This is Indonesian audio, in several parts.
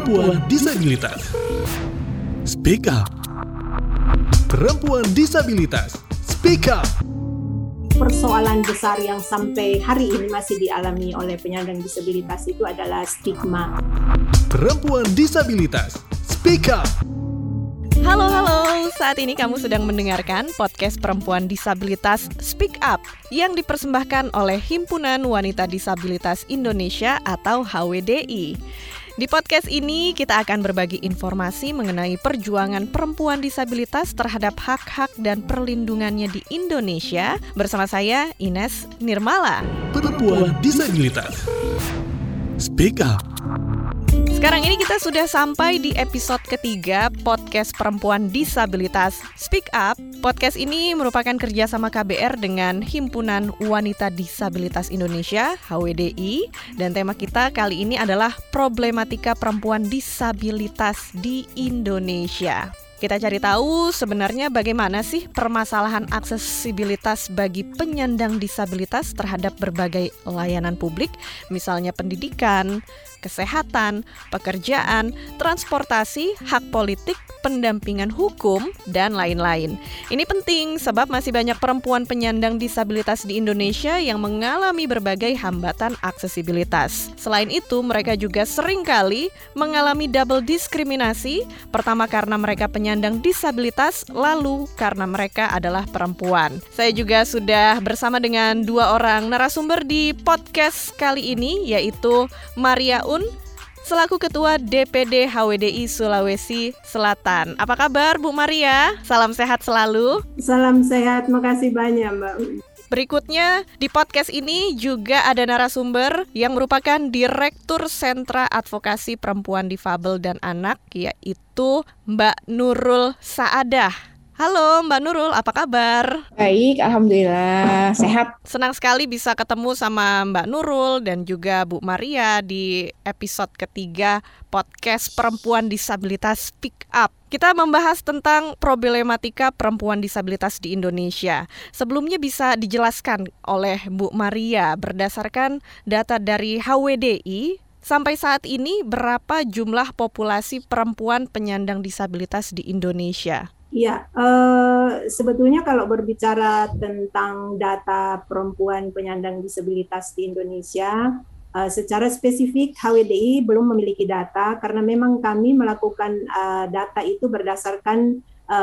Perempuan disabilitas. Speak up. Perempuan disabilitas. Speak up. Persoalan besar yang sampai hari ini masih dialami oleh penyandang disabilitas itu adalah stigma. Perempuan disabilitas. Speak up. Halo, saat ini kamu sedang mendengarkan podcast Perempuan Disabilitas Speak Up yang dipersembahkan oleh Himpunan Wanita Disabilitas Indonesia atau HWDI. Di podcast ini kita akan berbagi informasi mengenai perjuangan perempuan disabilitas terhadap hak-hak dan perlindungannya di Indonesia bersama saya Ines Nirmala. Perempuan disabilitas. Speak up. Sekarang ini kita sudah sampai di episode ketiga podcast Perempuan Disabilitas Speak Up. Podcast ini merupakan kerjasama KBR dengan Himpunan Wanita Disabilitas Indonesia (HWDI) dan tema kita kali ini adalah problematika perempuan disabilitas di Indonesia. Kita cari tahu sebenarnya bagaimana sih permasalahan aksesibilitas bagi penyandang disabilitas terhadap berbagai layanan publik, misalnya pendidikan, kesehatan, pekerjaan, transportasi, hak politik, pendampingan hukum, dan lain-lain. Ini penting sebab masih banyak perempuan penyandang disabilitas di Indonesia yang mengalami berbagai hambatan aksesibilitas. Selain itu, mereka juga seringkali mengalami double diskriminasi, pertama karena mereka penyandang disabilitas, lalu karena mereka adalah perempuan. Saya juga sudah bersama dengan dua orang narasumber di podcast kali ini, yaitu Maria Un, selaku Ketua DPD HWDI Sulawesi Selatan. Apa kabar Bu Maria? Salam sehat selalu. Salam sehat, makasih banyak Mbak. Berikutnya di podcast ini juga ada narasumber yang merupakan Direktur Sentra Advokasi Perempuan Difabel dan Anak, yaitu Mbak Nurul Saadah. Halo Mbak Nurul, apa kabar? Baik, alhamdulillah, sehat. Senang sekali bisa ketemu sama Mbak Nurul dan juga Bu Maria di episode ketiga podcast Perempuan Disabilitas Speak Up. Kita membahas tentang problematika perempuan disabilitas di Indonesia. Sebelumnya bisa dijelaskan oleh Bu Maria berdasarkan data dari HWDI, sampai saat ini berapa jumlah populasi perempuan penyandang disabilitas di Indonesia? Ya, sebetulnya kalau berbicara tentang data perempuan penyandang disabilitas di Indonesia, secara spesifik HWDI belum memiliki data karena memang kami melakukan data itu berdasarkan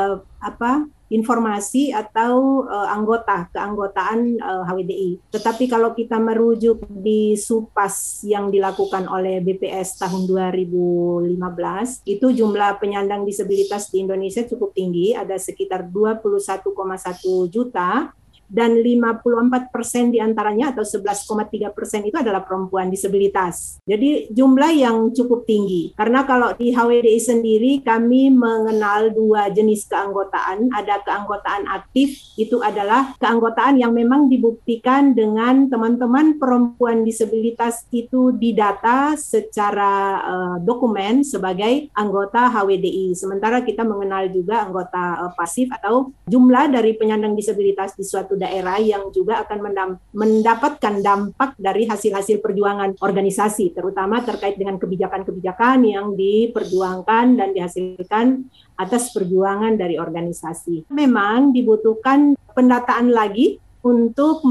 informasi atau keanggotaan HWDI. Tetapi kalau kita merujuk di SUPAS yang dilakukan oleh BPS tahun 2015, itu jumlah penyandang disabilitas di Indonesia cukup tinggi, ada sekitar 21,1 juta. Dan 54% diantaranya atau 11,3% itu adalah perempuan disabilitas. Jadi jumlah yang cukup tinggi. Karena kalau di HWDI sendiri kami mengenal dua jenis keanggotaan. Ada keanggotaan aktif, itu adalah keanggotaan yang memang dibuktikan dengan teman-teman perempuan disabilitas itu didata secara dokumen sebagai anggota HWDI. Sementara kita mengenal juga anggota pasif atau jumlah dari penyandang disabilitas di suatu daerah yang juga akan mendapatkan dampak dari hasil-hasil perjuangan organisasi, terutama terkait dengan kebijakan-kebijakan yang diperjuangkan dan dihasilkan atas perjuangan dari organisasi. Memang dibutuhkan pendataan lagi untuk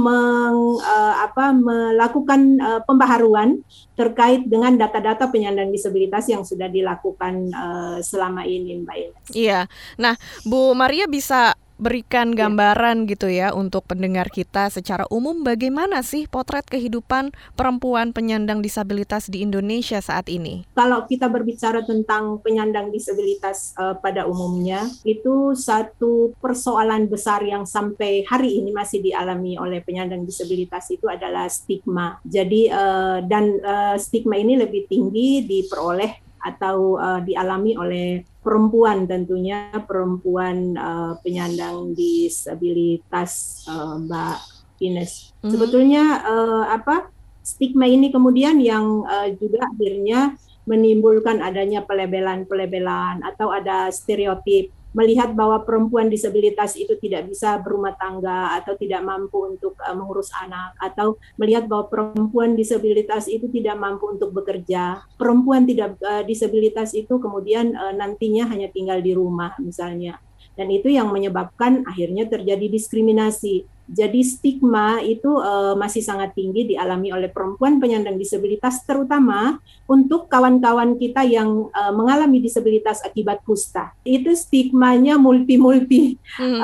melakukan pembaharuan terkait dengan data-data penyandang disabilitas yang sudah dilakukan selama ini, Mbak Ines. Iya, nah Bu Maria bisa berikan gambaran gitu ya untuk pendengar kita secara umum bagaimana sih potret kehidupan perempuan penyandang disabilitas di Indonesia saat ini? Kalau kita berbicara tentang penyandang disabilitas pada umumnya, itu satu persoalan besar yang sampai hari ini masih dialami oleh penyandang disabilitas itu adalah stigma. Jadi stigma ini lebih tinggi diperoleh atau dialami oleh perempuan, tentunya perempuan penyandang disabilitas, Mbak Ines. Sebetulnya stigma ini kemudian yang juga akhirnya menimbulkan adanya pelebelan atau ada stereotip melihat bahwa perempuan disabilitas itu tidak bisa berumah tangga atau tidak mampu untuk mengurus anak, atau melihat bahwa perempuan disabilitas itu tidak mampu untuk bekerja, perempuan tidak disabilitas itu kemudian nantinya hanya tinggal di rumah misalnya. Dan itu yang menyebabkan akhirnya terjadi diskriminasi. Jadi stigma itu masih sangat tinggi dialami oleh perempuan penyandang disabilitas, terutama untuk kawan-kawan kita yang mengalami disabilitas akibat kusta. Itu stigmanya multi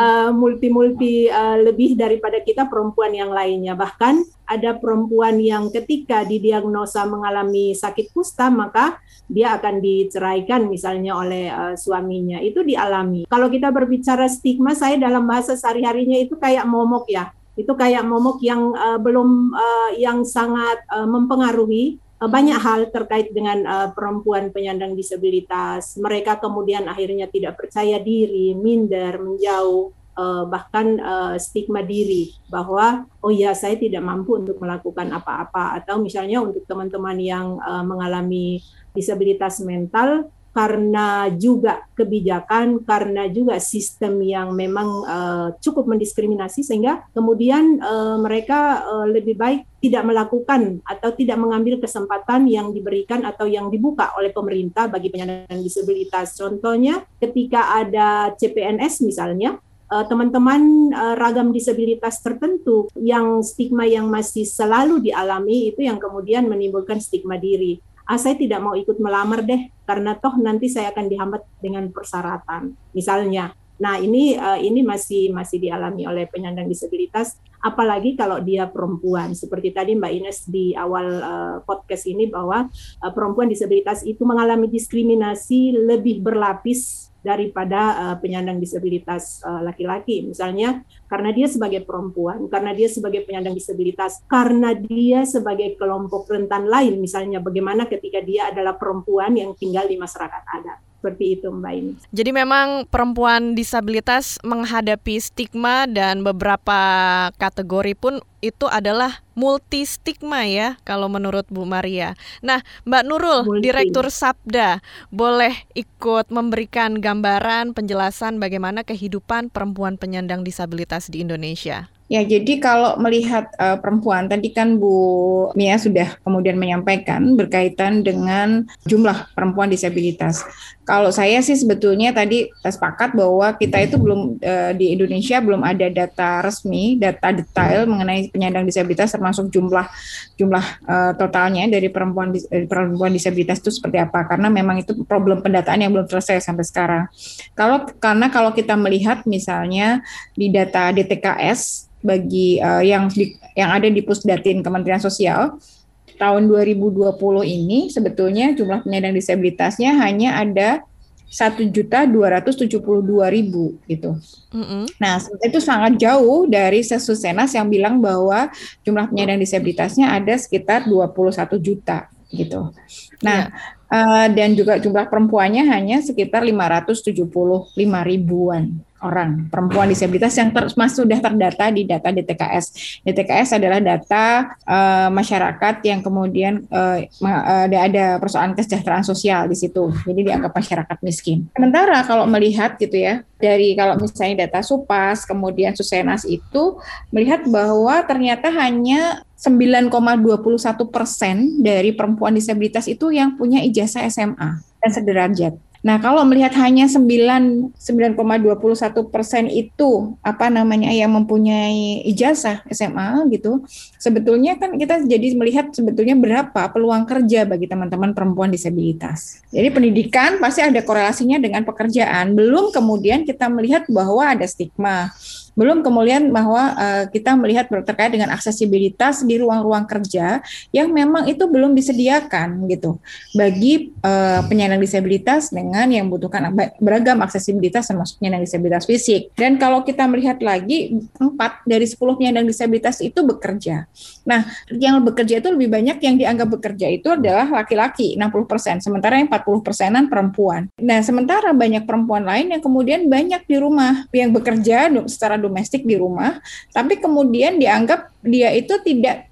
lebih daripada kita perempuan yang lainnya. Bahkan ada perempuan yang ketika didiagnosa mengalami sakit kusta, maka dia akan diceraikan misalnya oleh suaminya. Itu dialami. Kalau kita berbicara stigma, saya dalam bahasa sehari-harinya itu kayak momok ya. Itu kayak momok yang yang sangat mempengaruhi banyak hal terkait dengan perempuan penyandang disabilitas. Mereka kemudian akhirnya tidak percaya diri, minder, menjauh, bahkan stigma diri bahwa oh ya saya tidak mampu untuk melakukan apa-apa. Atau misalnya untuk teman-teman yang mengalami disabilitas mental, karena juga kebijakan, karena juga sistem yang memang cukup mendiskriminasi, sehingga kemudian mereka lebih baik tidak melakukan atau tidak mengambil kesempatan yang diberikan atau yang dibuka oleh pemerintah bagi penyandang disabilitas. Contohnya ketika ada CPNS misalnya, teman-teman ragam disabilitas tertentu yang stigma yang masih selalu dialami itu yang kemudian menimbulkan stigma diri. Saya tidak mau ikut melamar deh, karena toh nanti saya akan dihambat dengan persyaratan, misalnya. Nah, ini masih dialami oleh penyandang disabilitas, apalagi kalau dia perempuan. Seperti tadi Mbak Ines di awal podcast ini, bahwa perempuan disabilitas itu mengalami diskriminasi lebih berlapis daripada penyandang disabilitas laki-laki. Misalnya karena dia sebagai perempuan, karena dia sebagai penyandang disabilitas, karena dia sebagai kelompok rentan lain, misalnya bagaimana ketika dia adalah perempuan yang tinggal di masyarakat adat. Seperti itu Mbak Ines. Jadi memang perempuan disabilitas menghadapi stigma, dan beberapa kategori pun itu adalah multi stigma ya kalau menurut Bu Maria. Nah, Mbak Nurul, Direktur Sabda, boleh ikut memberikan gambaran penjelasan bagaimana kehidupan perempuan penyandang disabilitas di Indonesia? Ya, jadi kalau melihat perempuan, tadi kan Bu Mia sudah kemudian menyampaikan berkaitan dengan jumlah perempuan disabilitas. Kalau saya sih sebetulnya tadi sepakat bahwa kita itu belum di Indonesia belum ada data resmi, data detail mengenai penyandang disabilitas, termasuk jumlah totalnya dari perempuan disabilitas itu seperti apa, karena memang itu problem pendataan yang belum selesai sampai sekarang. Karena kalau kita melihat misalnya di data DTKS bagi yang ada di Pusdatin Kementerian Sosial tahun 2020 ini, sebetulnya jumlah penyandang disabilitasnya hanya ada 1.272.000 gitu. Nah, itu sangat jauh dari Sesusenas yang bilang bahwa jumlah penyandang disabilitasnya ada sekitar 21 juta gitu. Nah, dan juga jumlah perempuannya hanya sekitar 575 ribuan orang perempuan disabilitas yang sudah terdata di data DTKS. DTKS adalah data masyarakat yang kemudian ada persoalan kesejahteraan sosial di situ. Jadi dianggap masyarakat miskin. Sementara kalau melihat gitu ya, dari kalau misalnya data Supas, kemudian Susenas itu melihat bahwa ternyata hanya 9,21% dari perempuan disabilitas itu yang punya ijazah SMA dan sederajat. Nah, kalau melihat hanya 9,21% itu yang mempunyai ijazah SMA gitu, sebetulnya kan kita jadi melihat sebetulnya berapa peluang kerja bagi teman-teman perempuan disabilitas. Jadi pendidikan pasti ada korelasinya dengan pekerjaan. Belum kemudian kita melihat bahwa ada stigma. Belum kemudian bahwa kita melihat terkait dengan aksesibilitas di ruang-ruang kerja yang memang itu belum disediakan gitu bagi penyandang disabilitas dengan yang membutuhkan beragam aksesibilitas termasuk penyandang disabilitas fisik. Dan kalau kita melihat lagi 4 dari 10 penyandang disabilitas itu bekerja. Nah, yang bekerja itu lebih banyak yang dianggap bekerja itu adalah laki-laki 60%, sementara yang 40%-an perempuan. Nah, sementara banyak perempuan lain yang kemudian banyak di rumah yang bekerja secara domestik di rumah, tapi kemudian dianggap dia itu tidak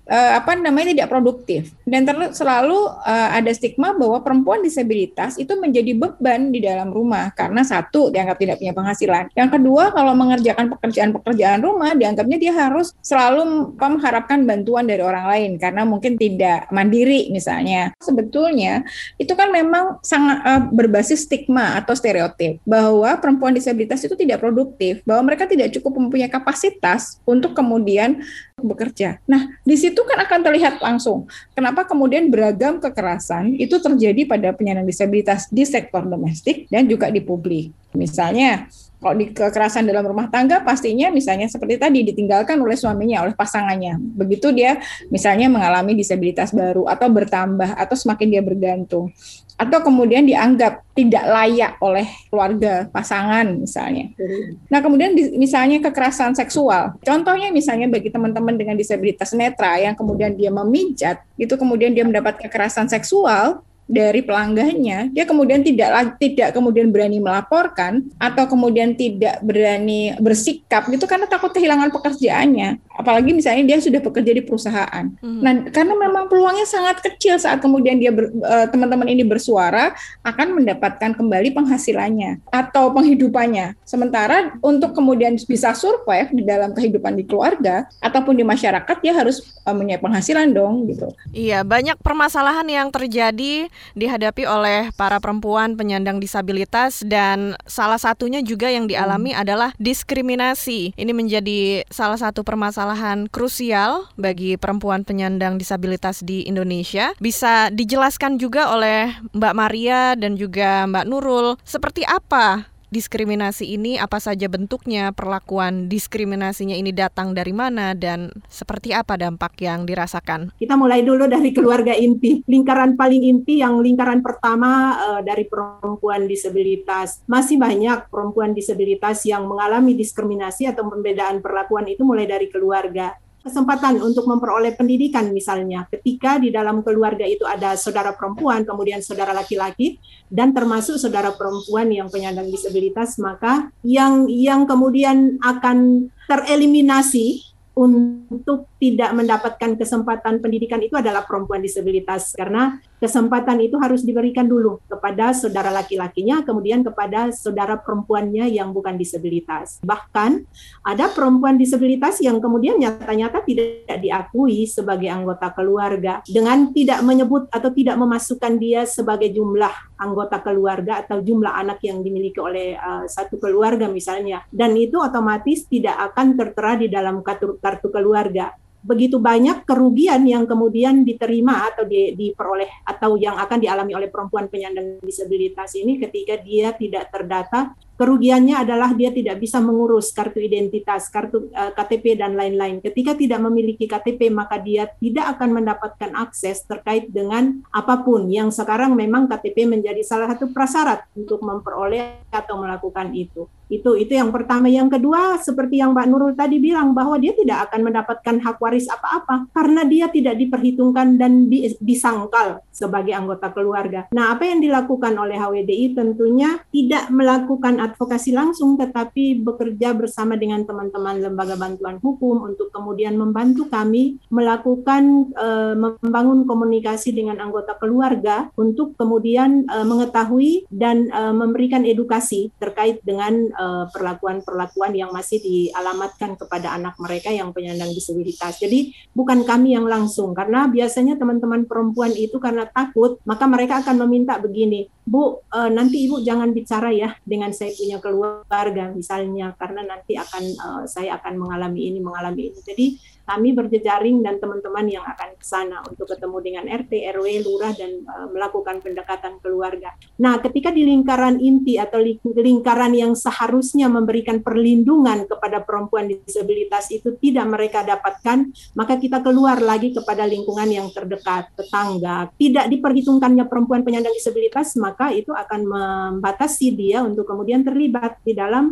tidak produktif, dan selalu ada stigma bahwa perempuan disabilitas itu menjadi beban di dalam rumah karena satu, dianggap tidak punya penghasilan. Yang kedua, kalau mengerjakan pekerjaan rumah dianggapnya dia harus selalu mengharapkan bantuan dari orang lain karena mungkin tidak mandiri misalnya. Sebetulnya itu kan memang sangat berbasis stigma atau stereotip bahwa perempuan disabilitas itu tidak produktif, bahwa mereka tidak cukup mempunyai kapasitas untuk kemudian bekerja. Nah, di situ kan akan terlihat langsung kenapa kemudian beragam kekerasan itu terjadi pada penyandang disabilitas di sektor domestik dan juga di publik. Misalnya, kalau di kekerasan dalam rumah tangga pastinya misalnya seperti tadi ditinggalkan oleh suaminya, oleh pasangannya. Begitu dia misalnya mengalami disabilitas baru atau bertambah atau semakin dia bergantung. Atau kemudian dianggap tidak layak oleh keluarga pasangan misalnya. Nah kemudian misalnya kekerasan seksual. Contohnya misalnya bagi teman-teman dengan disabilitas netra yang kemudian dia memijat, itu kemudian dia mendapat kekerasan seksual dari pelanggannya, dia kemudian tidak kemudian berani melaporkan atau kemudian tidak berani bersikap gitu karena takut kehilangan pekerjaannya. Apalagi misalnya dia sudah bekerja di perusahaan. Nah, karena memang peluangnya sangat kecil saat kemudian dia teman-teman ini bersuara akan mendapatkan kembali penghasilannya atau penghidupannya. Sementara untuk kemudian bisa survive di dalam kehidupan di keluarga ataupun di masyarakat dia harus punya penghasilan dong gitu. Iya, banyak permasalahan yang terjadi dihadapi oleh para perempuan penyandang disabilitas dan salah satunya juga yang dialami adalah diskriminasi. Ini menjadi salah satu permasalahan krusial bagi perempuan penyandang disabilitas di Indonesia. Bisa dijelaskan juga oleh Mbak Maria dan juga Mbak Nurul, seperti apa diskriminasi ini, apa saja bentuknya, perlakuan diskriminasinya ini datang dari mana, dan seperti apa dampak yang dirasakan? Kita mulai dulu dari keluarga inti. Lingkaran paling inti, yang lingkaran pertama dari perempuan disabilitas. Masih banyak perempuan disabilitas yang mengalami diskriminasi atau pembedaan perlakuan itu mulai dari keluarga. Kesempatan untuk memperoleh pendidikan misalnya, ketika di dalam keluarga itu ada saudara perempuan, kemudian saudara laki-laki, dan termasuk saudara perempuan yang penyandang disabilitas, maka yang kemudian akan tereliminasi untuk tidak mendapatkan kesempatan pendidikan itu adalah perempuan disabilitas, karena kesempatan itu harus diberikan dulu kepada saudara laki-lakinya, kemudian kepada saudara perempuannya yang bukan disabilitas. Bahkan ada perempuan disabilitas yang kemudian nyata-nyata tidak diakui sebagai anggota keluarga, dengan tidak menyebut atau tidak memasukkan dia sebagai jumlah anggota keluarga atau jumlah anak yang dimiliki oleh satu keluarga misalnya, dan itu otomatis tidak akan tertera di dalam kartu keluarga. Begitu banyak kerugian yang kemudian diterima atau diperoleh atau yang akan dialami oleh perempuan penyandang disabilitas ini ketika dia tidak terdata. Kerugiannya adalah dia tidak bisa mengurus kartu identitas, kartu KTP dan lain-lain. Ketika tidak memiliki KTP, maka dia tidak akan mendapatkan akses terkait dengan apapun yang sekarang memang KTP menjadi salah satu prasyarat untuk memperoleh atau melakukan itu. Itu yang pertama. Yang kedua, seperti yang Mbak Nurul tadi bilang, bahwa dia tidak akan mendapatkan hak waris apa-apa karena dia tidak diperhitungkan dan disangkal sebagai anggota keluarga. Nah, apa yang dilakukan oleh HWDI tentunya tidak melakukan advokasi langsung, tetapi bekerja bersama dengan teman-teman lembaga bantuan hukum untuk kemudian membantu kami melakukan membangun komunikasi dengan anggota keluarga untuk kemudian mengetahui dan memberikan edukasi terkait dengan perlakuan-perlakuan yang masih dialamatkan kepada anak mereka yang penyandang disabilitas. Jadi bukan kami yang langsung, karena biasanya teman-teman perempuan itu karena takut, maka mereka akan meminta begini, Bu, nanti Ibu jangan bicara ya dengan saya punya keluarga misalnya, karena nanti saya akan mengalami ini. Jadi kami berjejaring dan teman-teman yang akan ke sana untuk ketemu dengan RT, RW, lurah, dan melakukan pendekatan keluarga. Nah, ketika di lingkaran inti atau lingkaran yang seharusnya memberikan perlindungan kepada perempuan disabilitas itu tidak mereka dapatkan, maka kita keluar lagi kepada lingkungan yang terdekat, tetangga. Tidak diperhitungkannya perempuan penyandang disabilitas, maka itu akan membatasi dia untuk kemudian terlibat di dalam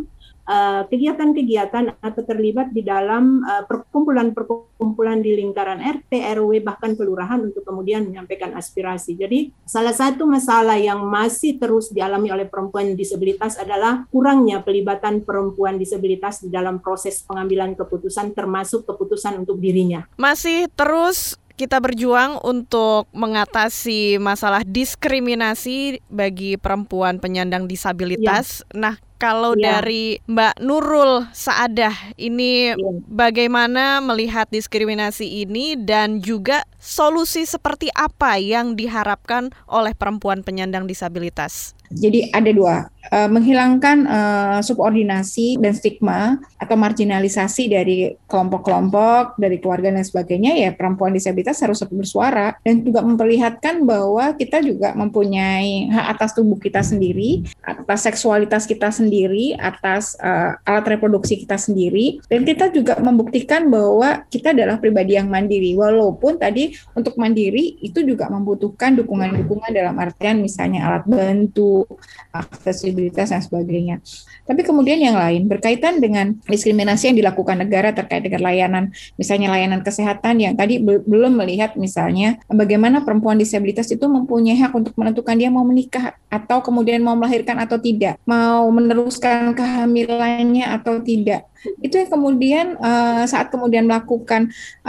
kegiatan-kegiatan atau terlibat di dalam perkumpulan-perkumpulan di lingkaran RT, RW, bahkan kelurahan untuk kemudian menyampaikan aspirasi. Jadi salah satu masalah yang masih terus dialami oleh perempuan disabilitas adalah kurangnya pelibatan perempuan disabilitas di dalam proses pengambilan keputusan, termasuk keputusan untuk dirinya. Masih terus kita berjuang untuk mengatasi masalah diskriminasi bagi perempuan penyandang disabilitas. Nah, kalau dari Mbak Nurul Saadah ini bagaimana melihat diskriminasi ini dan juga solusi seperti apa yang diharapkan oleh perempuan penyandang disabilitas? Jadi ada dua, menghilangkan subordinasi dan stigma atau marginalisasi dari kelompok-kelompok, dari keluarga dan sebagainya. Ya, perempuan disabilitas harus bersuara dan juga memperlihatkan bahwa kita juga mempunyai hak atas tubuh kita sendiri, atas seksualitas kita sendiri, atas alat reproduksi kita sendiri, dan kita juga membuktikan bahwa kita adalah pribadi yang mandiri. Walaupun tadi untuk mandiri itu juga membutuhkan dukungan-dukungan dalam artian misalnya alat bantu, aksesibilitas dan sebagainya. Tapi kemudian yang lain berkaitan dengan diskriminasi yang dilakukan negara terkait dengan layanan, misalnya layanan kesehatan yang tadi belum melihat misalnya bagaimana perempuan disabilitas itu mempunyai hak untuk menentukan dia mau menikah atau kemudian mau melahirkan atau tidak, mau meneruskan kehamilannya atau tidak. Itu yang kemudian saat kemudian melakukan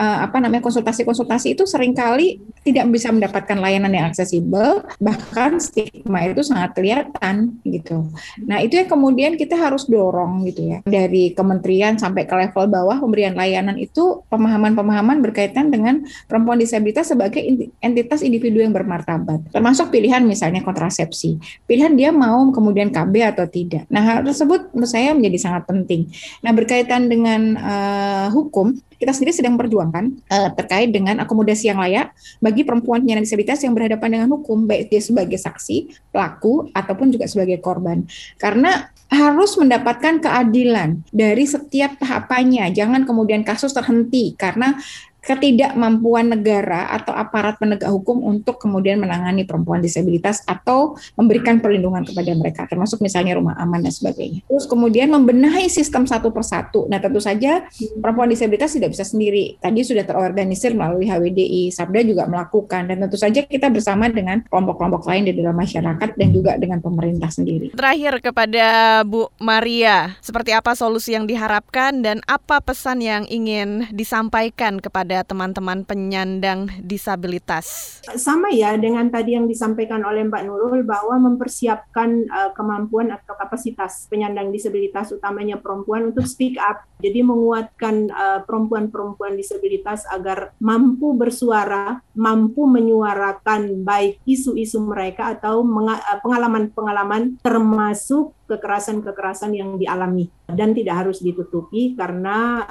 konsultasi-konsultasi itu seringkali tidak bisa mendapatkan layanan yang aksesibel, bahkan stigma itu sangat kelihatan gitu. Nah, itu yang kemudian kita harus dorong gitu ya, dari kementerian sampai ke level bawah pemberian layanan itu pemahaman-pemahaman berkaitan dengan perempuan disabilitas sebagai entitas individu yang bermartabat, termasuk pilihan misalnya kontrasepsi, pilihan dia mau kemudian KB atau tidak. Nah, hal tersebut menurut saya menjadi sangat penting. Nah, berkaitan dengan hukum, kita sendiri sedang memperjuangkan terkait dengan akomodasi yang layak bagi perempuan penyandang disabilitas yang berhadapan dengan hukum, baik dia sebagai saksi, pelaku, ataupun juga sebagai korban. Karena harus mendapatkan keadilan dari setiap tahapannya, jangan kemudian kasus terhenti karena ketidakmampuan negara atau aparat penegak hukum untuk kemudian menangani perempuan disabilitas atau memberikan perlindungan kepada mereka, termasuk misalnya rumah aman dan sebagainya. Terus kemudian membenahi sistem satu persatu. Nah, tentu saja perempuan disabilitas tidak bisa sendiri. Tadi sudah terorganisir melalui HWDI, Sabda juga melakukan, dan tentu saja kita bersama dengan kelompok-kelompok lain di dalam masyarakat dan juga dengan pemerintah sendiri. Terakhir kepada Bu Maria, seperti apa solusi yang diharapkan dan apa pesan yang ingin disampaikan kepada teman-teman penyandang disabilitas? Sama ya dengan tadi yang disampaikan oleh Mbak Nurul bahwa mempersiapkan kemampuan atau kapasitas penyandang disabilitas utamanya perempuan untuk speak up. Jadi menguatkan perempuan-perempuan disabilitas agar mampu bersuara, mampu menyuarakan baik isu-isu mereka atau pengalaman-pengalaman termasuk kekerasan-kekerasan yang dialami dan tidak harus ditutupi karena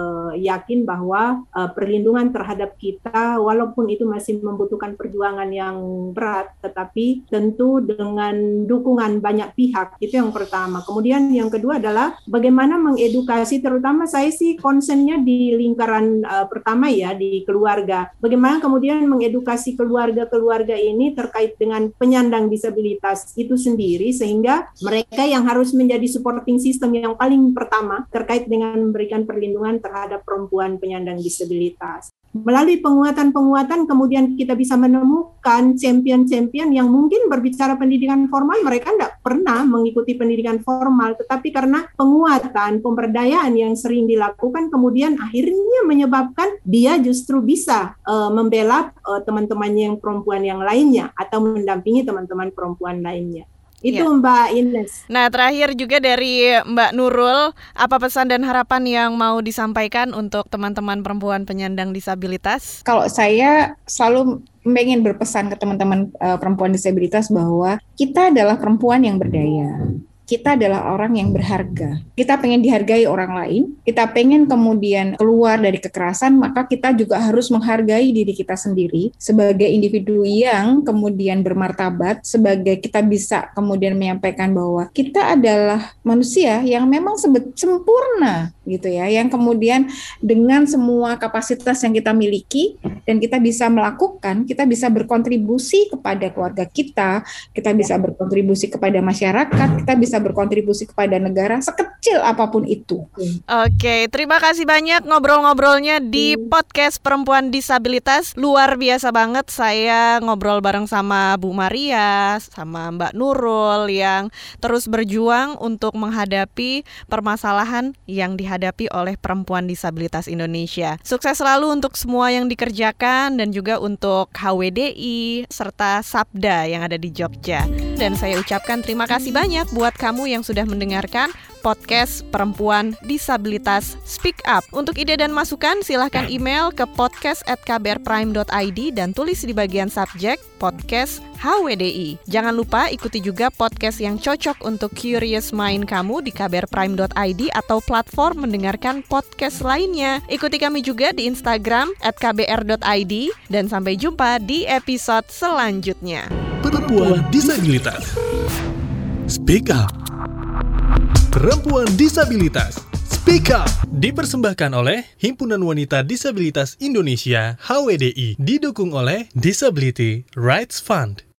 yakin bahwa perlindungan terhadap kita walaupun itu masih membutuhkan perjuangan yang berat tetapi tentu dengan dukungan banyak pihak, itu yang pertama. Kemudian yang kedua adalah bagaimana mengedukasi, terutama saya sih konsennya di lingkaran pertama ya, di keluarga. Bagaimana kemudian mengedukasi keluarga-keluarga ini terkait dengan penyandang disabilitas itu sendiri sehingga mereka yang harus menjadi supporting system yang paling pertama terkait dengan memberikan perlindungan terhadap perempuan penyandang disabilitas. Melalui penguatan-penguatan kemudian kita bisa menemukan champion-champion yang mungkin berbicara pendidikan formal, mereka tidak pernah mengikuti pendidikan formal, tetapi karena penguatan, pemberdayaan yang sering dilakukan kemudian akhirnya menyebabkan dia justru bisa membela teman-temannya yang perempuan yang lainnya atau mendampingi teman-teman perempuan lainnya. Itu ya. Mbak Ines. Nah, terakhir juga dari Mbak Nurul, apa pesan dan harapan yang mau disampaikan untuk teman-teman perempuan penyandang disabilitas? Kalau saya selalu ingin berpesan ke teman-teman perempuan disabilitas bahwa kita adalah perempuan yang berdaya. Kita adalah orang yang berharga. Kita pengen dihargai orang lain, kita pengen kemudian keluar dari kekerasan, maka kita juga harus menghargai diri kita sendiri sebagai individu yang kemudian bermartabat, sebagai kita bisa kemudian menyampaikan bahwa kita adalah manusia yang memang sempurna gitu ya, yang kemudian dengan semua kapasitas yang kita miliki dan kita bisa melakukan, kita bisa berkontribusi kepada keluarga kita bisa berkontribusi kepada masyarakat, kita bisa bisa berkontribusi kepada negara sekecil apapun itu. Oke, terima kasih banyak ngobrol-ngobrolnya di podcast Perempuan Disabilitas. Luar biasa banget, saya ngobrol bareng sama Bu Maria, sama Mbak Nurul yang terus berjuang untuk menghadapi permasalahan yang dihadapi oleh perempuan disabilitas Indonesia. Sukses selalu untuk semua yang dikerjakan dan juga untuk HWDI serta Sabda yang ada di Jogja. Dan saya ucapkan terima kasih banyak buat kamu yang sudah mendengarkan podcast Perempuan Disabilitas Speak Up. Untuk ide dan masukan silahkan email ke podcast@kbrprime.id dan tulis di bagian subjek podcast HWDI. Jangan lupa ikuti juga podcast yang cocok untuk curious mind kamu di kbrprime.id atau platform mendengarkan podcast lainnya. Ikuti kami juga di Instagram @kbr.id dan sampai jumpa di episode selanjutnya. Perempuan disabilitas. Speak Up. Perempuan disabilitas. Speak Up. Dipersembahkan oleh Himpunan Wanita Disabilitas Indonesia (HWDI), didukung oleh Disability Rights Fund.